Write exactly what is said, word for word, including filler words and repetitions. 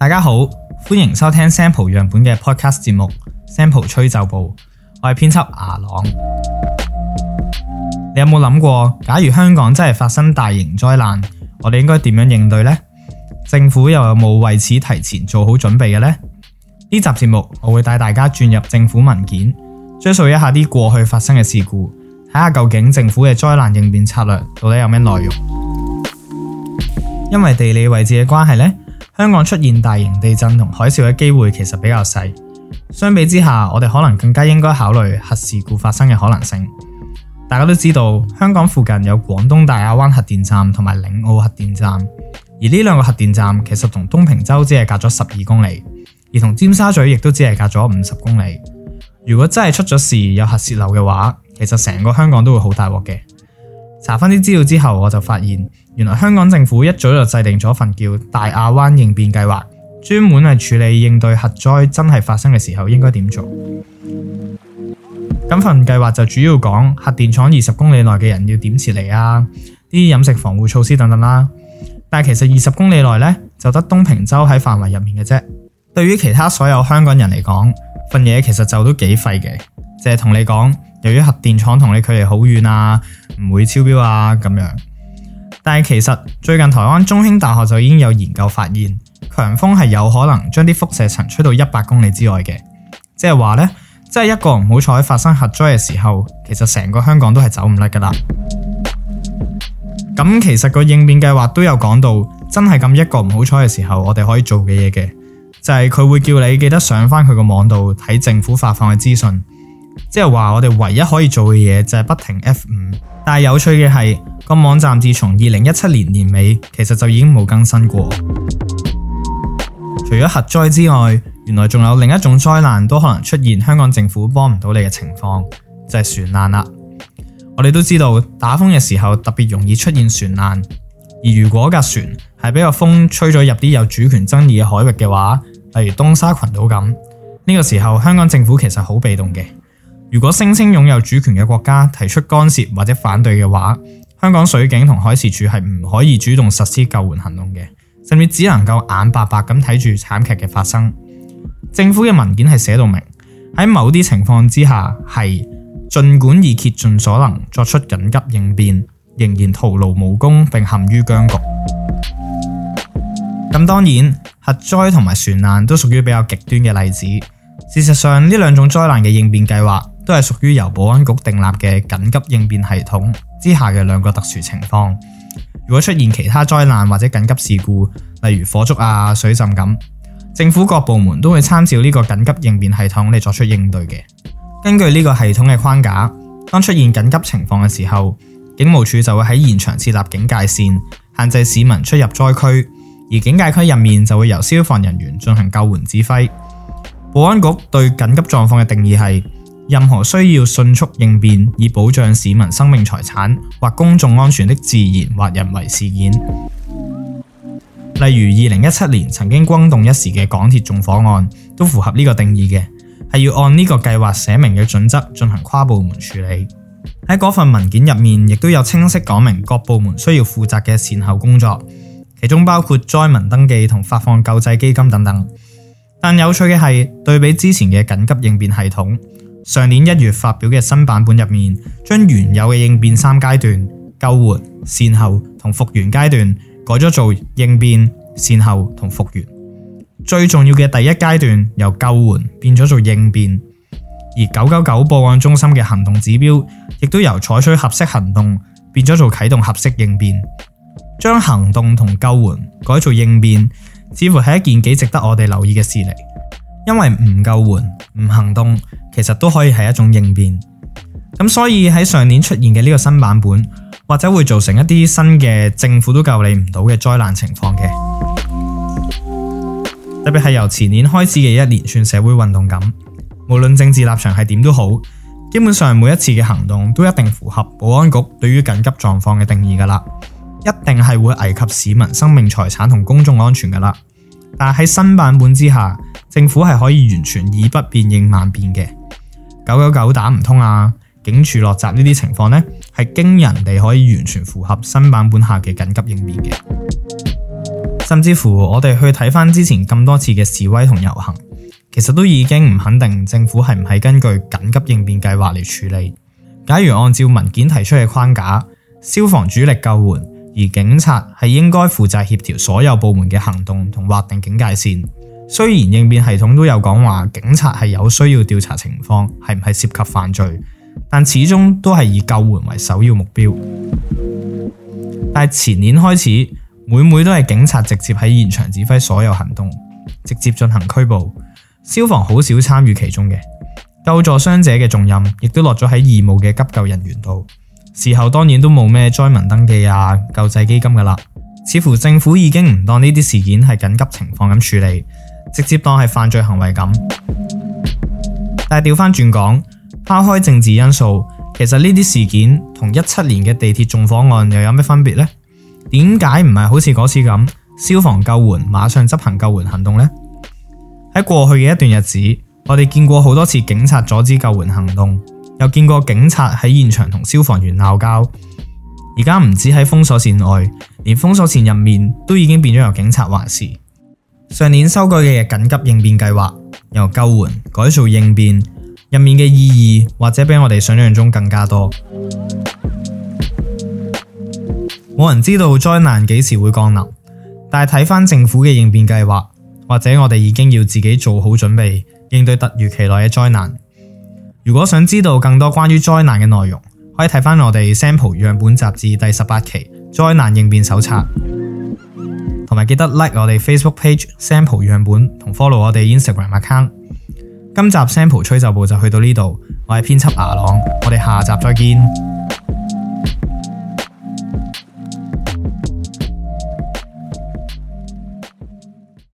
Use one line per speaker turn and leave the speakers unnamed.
大家好，歡迎收聽 Sample 樣本嘅 podcast 節目 Sample 吹奏部，我係編輯牙朗。你有冇諗過，假如香港真係發生大型災難，我哋應該點樣應對呢？政府又有冇為此提前做好準備嘅呢？呢集節目我會帶大家轉入政府文件，追溯一下啲過去發生嘅事故，睇下究竟政府嘅災難應變策略到底有咩內容。因為地理位置嘅關係呢，香港出現大型地震同海嘯嘅機會其實比較細。相比之下，我哋可能更加應該考慮核事故發生嘅可能性。大家都知道，香港附近有廣東大亞灣核電站同埋嶺澳核電站，而呢兩個核電站其實同東平洲只係隔咗十二公里，而同尖沙咀亦都只係隔咗五十公里。如果真係出咗事有核洩漏嘅話，其實成個香港都會好大鑊嘅。查翻啲資料之後，我就發現原來香港政府一早就制定咗份叫大亞灣應變計劃，專門係處理應對核災真係發生嘅時候應該點做。咁份計劃就主要講核電廠二十公里內嘅人要點撤離啊，啲飲食防護措施等等啦。但係其實二十公里內呢，就得東平洲喺範圍入面嘅啫。對於其他所有香港人嚟講，份嘢其實就都幾廢嘅，淨係同你講，由於核電廠同你距離好遠啊，唔會超標啊咁樣。但係其實最近台灣中興大學就已經有研究發現，強風係有可能將啲輻射層吹到一百公里之外嘅，即係話呢，即係一個唔好彩發生核災嘅時候，其實成個香港都係走唔甩噶啦。咁其實個應變計劃都有講到，真係咁一個唔好彩嘅時候，我哋可以做嘅嘢嘅，就係佢會叫你記得上翻佢個網度睇政府發放嘅資訊，即係話我哋唯一可以做嘅嘢就係不停 F 五。但係有趣嘅係，個網站自從二零一七年年尾其實就已經冇更新過。除咗核災之外，原來仲有另一種災難都可能出現香港政府幫唔到你嘅情況，就係船難啦。我哋都知道打風嘅時候特別容易出現船難，而如果架船係俾個風吹咗入啲有主權爭議嘅海域嘅話，例如東沙群島咁，呢個時候香港政府其實好被動嘅。如果聲稱擁有主權嘅國家提出干涉或者反對嘅話，香港水警同海事處係唔可以主動實施救援行動嘅，甚至只能夠眼白白咁睇住慘劇嘅發生。政府嘅文件係寫到明，喺某啲情況之下係儘管已竭盡所能作出緊急應變，仍然徒勞無功並陷於僵局。咁當然，核災同埋船難都屬於比較極端嘅例子。事實上，呢兩種災難嘅應變計劃都係屬於由保安局訂立嘅緊急應變系統之下嘅兩個特殊情況。如果出現其他災難或者緊急事故，例如火燭啊、水浸咁，政府各部門都會參照呢個緊急應變系統嚟作出應對嘅。根據呢個系統嘅框架，當出現緊急情況嘅時候，警務處就會喺現場設立警戒線，限制市民出入災區，而警戒區入面就會由消防人員進行救援指揮。保安局對緊急狀況嘅定義係任何需要迅速應變以保障市民生命財產或公眾安全的自然或人為事件。例如二零一七年曾經轟動一時嘅港鐵縱火案都符合呢個定義嘅，係要按呢個計劃寫明嘅準則進行跨部門處理。喺嗰份文件入面亦都有清晰講明各部門需要負責嘅善後工作，其中包括災民登記同發放救濟基金等等。但有趣嘅係，對比之前嘅緊急應變系統，上年一月發表嘅新版本入面，將原有嘅應變三階段救援、善後同復原階段改咗做應變、善後同復原。最重要嘅第一階段由救援變咗做應變，而九九九報案中心嘅行動指標亦都由採取合適行動變咗做啟動合適應變。將行動同救援改做應變，似乎係一件幾值得我哋留意嘅事嚟，因為唔救援、唔行動，其實都可以係一種應變。咁所以喺上年出現嘅呢個新版本，或者會造成一啲新嘅政府都救你唔到嘅災難情況嘅。特別係由前年開始嘅一連串社會運動咁，無論政治立場係點都好，基本上每一次嘅行動都一定符合保安局對於緊急狀況嘅定義噶啦。一定係會危及市民生命財產同公眾安全噶啦，但係喺新版本之下，政府係可以完全以不變應萬變嘅。九九九打唔通啊，警署落閘呢啲情況呢，係驚人哋可以完全符合新版本下嘅緊急應變嘅。 甚至乎我哋去睇翻之前咁多次嘅示威同遊行，其實都已經唔肯定政府係唔係根據緊急應變計劃嚟處理。假如按照文件提出嘅框架，消防主力救援，而警察係應該負責協調所有部門嘅行動同劃定警戒線。雖然應變系統都有講話警察係有需要調查情況係唔係涉及犯罪，但始終都係以救援為首要目標。但係前年開始，每每都係警察直接喺現場指揮所有行動，直接進行拘捕，消防好少參與其中嘅。救助傷者嘅重任亦都落咗喺義務嘅急救人員度。事後當然都冇咩災民登記啊、救濟基金噶啦，似乎政府已經唔當呢啲事件係緊急情況咁處理，直接當係犯罪行為咁。但係調翻轉講，拋開政治因素，其實呢啲事件同一七年嘅地鐵縱火案又有咩分別呢？點解唔係好似嗰次咁，消防救援馬上執行救援行動呢？喺過去嘅一段日子，我哋見過好多次警察阻止救援行動，又見過警察喺現場同消防員鬧交。而家唔止喺封鎖線外，連封鎖線入面都已經變咗由警察話事。上年修改嘅緊急應變計劃，由救援改做應變，入面嘅意義或者比我哋想象中更加多。冇人知道災難幾時會降臨，但係睇翻政府嘅應變計劃，或者我哋已經要自己做好準備，應對突如其來嘅災難。如果想知道更多關於災難嘅內容，可以睇翻我哋 Sample 樣本雜誌第十八期災難應變手冊，同埋記得 like 我哋 Facebook page Sample 樣本，同 follow 我哋 Instagram account。今集 Sample 吹奏部就去到呢度，我係編輯牙朗，我哋下集再見。